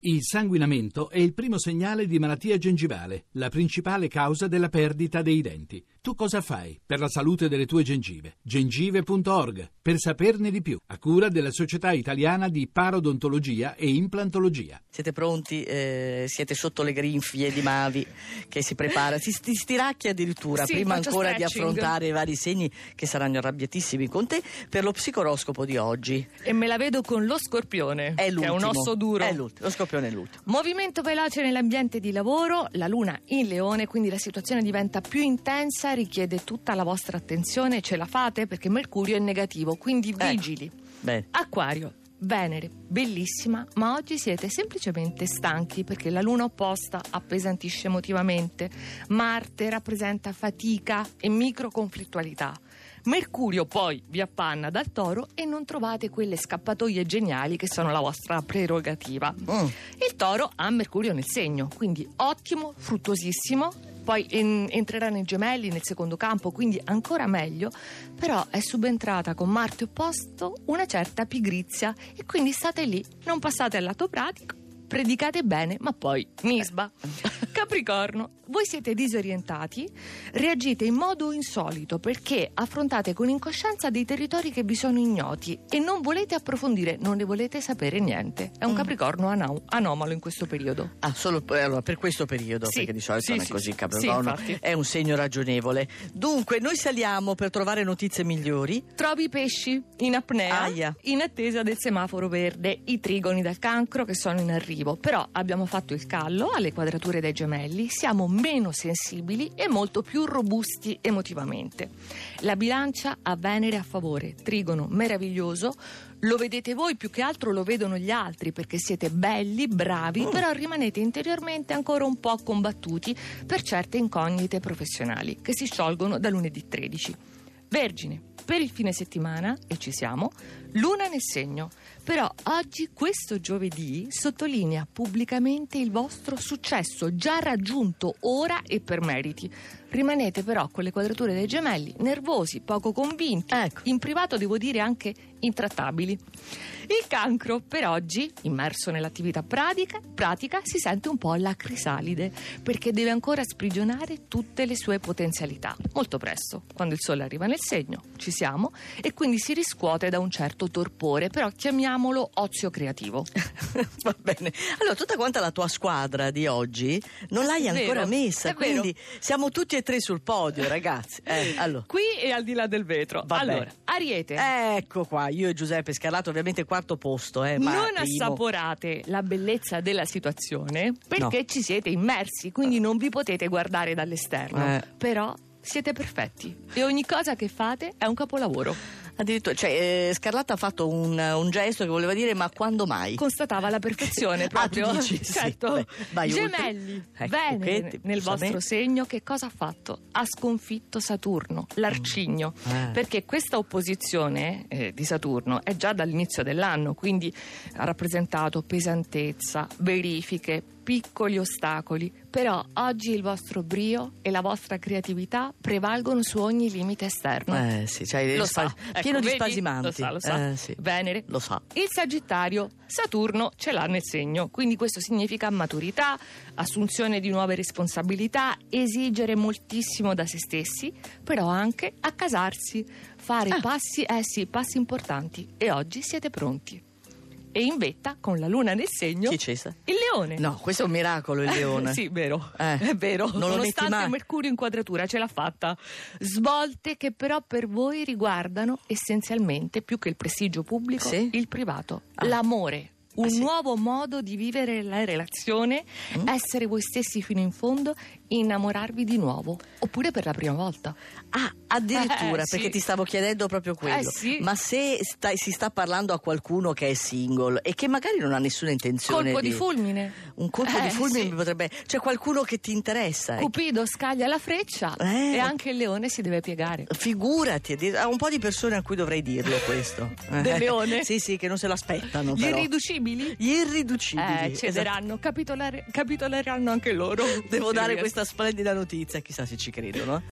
Il sanguinamento è il primo segnale di malattia gengivale, la principale causa della perdita dei denti. Tu cosa fai per la salute delle tue gengive? Gengive.org, per saperne di più, a cura della Società Italiana di Parodontologia e Implantologia. Siete pronti? Siete sotto le grinfie di Mavi che si prepara, si stiracchia addirittura, sì, prima ancora stretching. di affrontare i vari segni che saranno arrabbiatissimi con te per lo psicoroscopo di oggi. E me la vedo con lo scorpione, È l'ultimo. che è un osso duro. È l'ultimo. Lo scorpione è l'ultimo. Movimento veloce nell'ambiente di lavoro, la luna in Leone, quindi la situazione diventa più intensa, richiede tutta la vostra attenzione, ce la fate perché Mercurio è negativo, quindi vigili. Bene. Acquario, Venere, bellissima, ma oggi siete semplicemente stanchi perché la luna opposta appesantisce emotivamente, Marte rappresenta fatica e microconflittualità. Mercurio poi vi appanna dal Toro e non trovate quelle scappatoie geniali che sono la vostra prerogativa. Il Toro ha Mercurio nel segno, quindi ottimo, fruttuosissimo, poi entrerà nei Gemelli nel secondo campo, quindi ancora meglio, però è subentrata con Marte opposto una certa pigrizia e quindi state lì, non passate al lato pratico, predicate bene, ma poi nisba. Capricorno, voi siete disorientati, reagite in modo insolito perché affrontate con incoscienza dei territori che vi sono ignoti e non volete approfondire, non ne volete sapere niente. È un Capricorno anomalo in questo periodo. Ah, solo allora, per questo periodo, Sì, perché di solito sì, non è sì, così, sì, Capricorno infatti. è un segno ragionevole. Dunque, noi saliamo per trovare notizie migliori. Trovi i pesci in apnea, Aia. in attesa del semaforo verde, i trigoni del Cancro che sono in arrivo, però abbiamo fatto il callo alle quadrature dei Gemelli, siamo meno sensibili e molto più robusti emotivamente. La bilancia ha Venere a favore, trigono meraviglioso, lo vedete voi, più che altro lo vedono gli altri perché siete belli, bravi, però rimanete interiormente ancora un po' combattuti per certe incognite professionali che si sciolgono da lunedì 13. Vergine, per il fine settimana, e ci siamo, luna nel segno. Però oggi, questo giovedì, sottolinea pubblicamente il vostro successo già raggiunto ora e per meriti. Rimanete però con le quadrature dei Gemelli, nervosi, poco convinti, in privato devo dire anche intrattabili. Il Cancro per oggi, immerso nell'attività pratica, si sente un po' la crisalide perché deve ancora sprigionare tutte le sue potenzialità. Molto presto, quando il Sole arriva nel segno, ci siamo, e quindi si riscuote da un certo torpore, però chiamiamolo ozio creativo. Va bene. Allora, tutta quanta la tua squadra di oggi non l'hai ancora messa, è quindi siamo tutti e tre sul podio, ragazzi. Allora. Qui e al di là del vetro. Vabbè. Allora, Ariete. Ecco qua, io e Giuseppe Scarlato, ovviamente quarto posto. Ma Non primo. assaporate la bellezza della situazione perché ci siete immersi, quindi non vi potete guardare dall'esterno. Però siete perfetti e ogni cosa che fate è un capolavoro. Addirittura, Scarlatta ha fatto un gesto che voleva dire ma quando mai? Constatava la perfezione proprio. Tu dici? Certo. Sì, vai Gemelli, ecco, Venere che nel vostro segno che cosa ha fatto? Ha sconfitto Saturno, l'arcigno, perché questa opposizione di Saturno è già dall'inizio dell'anno, quindi ha rappresentato pesantezza, verifiche, piccoli ostacoli, però oggi il vostro brio e la vostra creatività prevalgono su ogni limite esterno. Sì, cioè, lo sa, pieno di vedi? spasimanti. Lo sa. Sì. Venere. Lo sa. Il Sagittario, Saturno ce l'ha nel segno, quindi questo significa maturità, assunzione di nuove responsabilità, esigere moltissimo da se stessi, però anche accasarsi, fare passi importanti, e oggi siete pronti. E in vetta, con la luna nel segno, Chi c'è sta? il Leone. No, questo è un miracolo, il Leone. Sì, vero. È vero. Non lo metti Nonostante mai. Mercurio in quadratura ce l'ha fatta. Svolte che però per voi riguardano essenzialmente, più che il prestigio pubblico, il privato, l'amore. Un nuovo modo di vivere la relazione, essere voi stessi fino in fondo, innamorarvi di nuovo, oppure per la prima volta. Ah, addirittura, perché ti stavo chiedendo proprio quello. Ma se si sta parlando a qualcuno che è single e che magari non ha nessuna intenzione colpo di fulmine. Un colpo di fulmine potrebbe... C'è qualcuno che ti interessa. Cupido scaglia la freccia e anche il leone si deve piegare. Figurati, a un po' di persone a cui dovrei dirlo questo. Del leone? Sì, che non se l'aspettano. Gli però. Irriducibili? Gli irriducibili. Cederanno, capitoleranno anche loro. Devo dare questa splendida notizia, chissà se ci credono.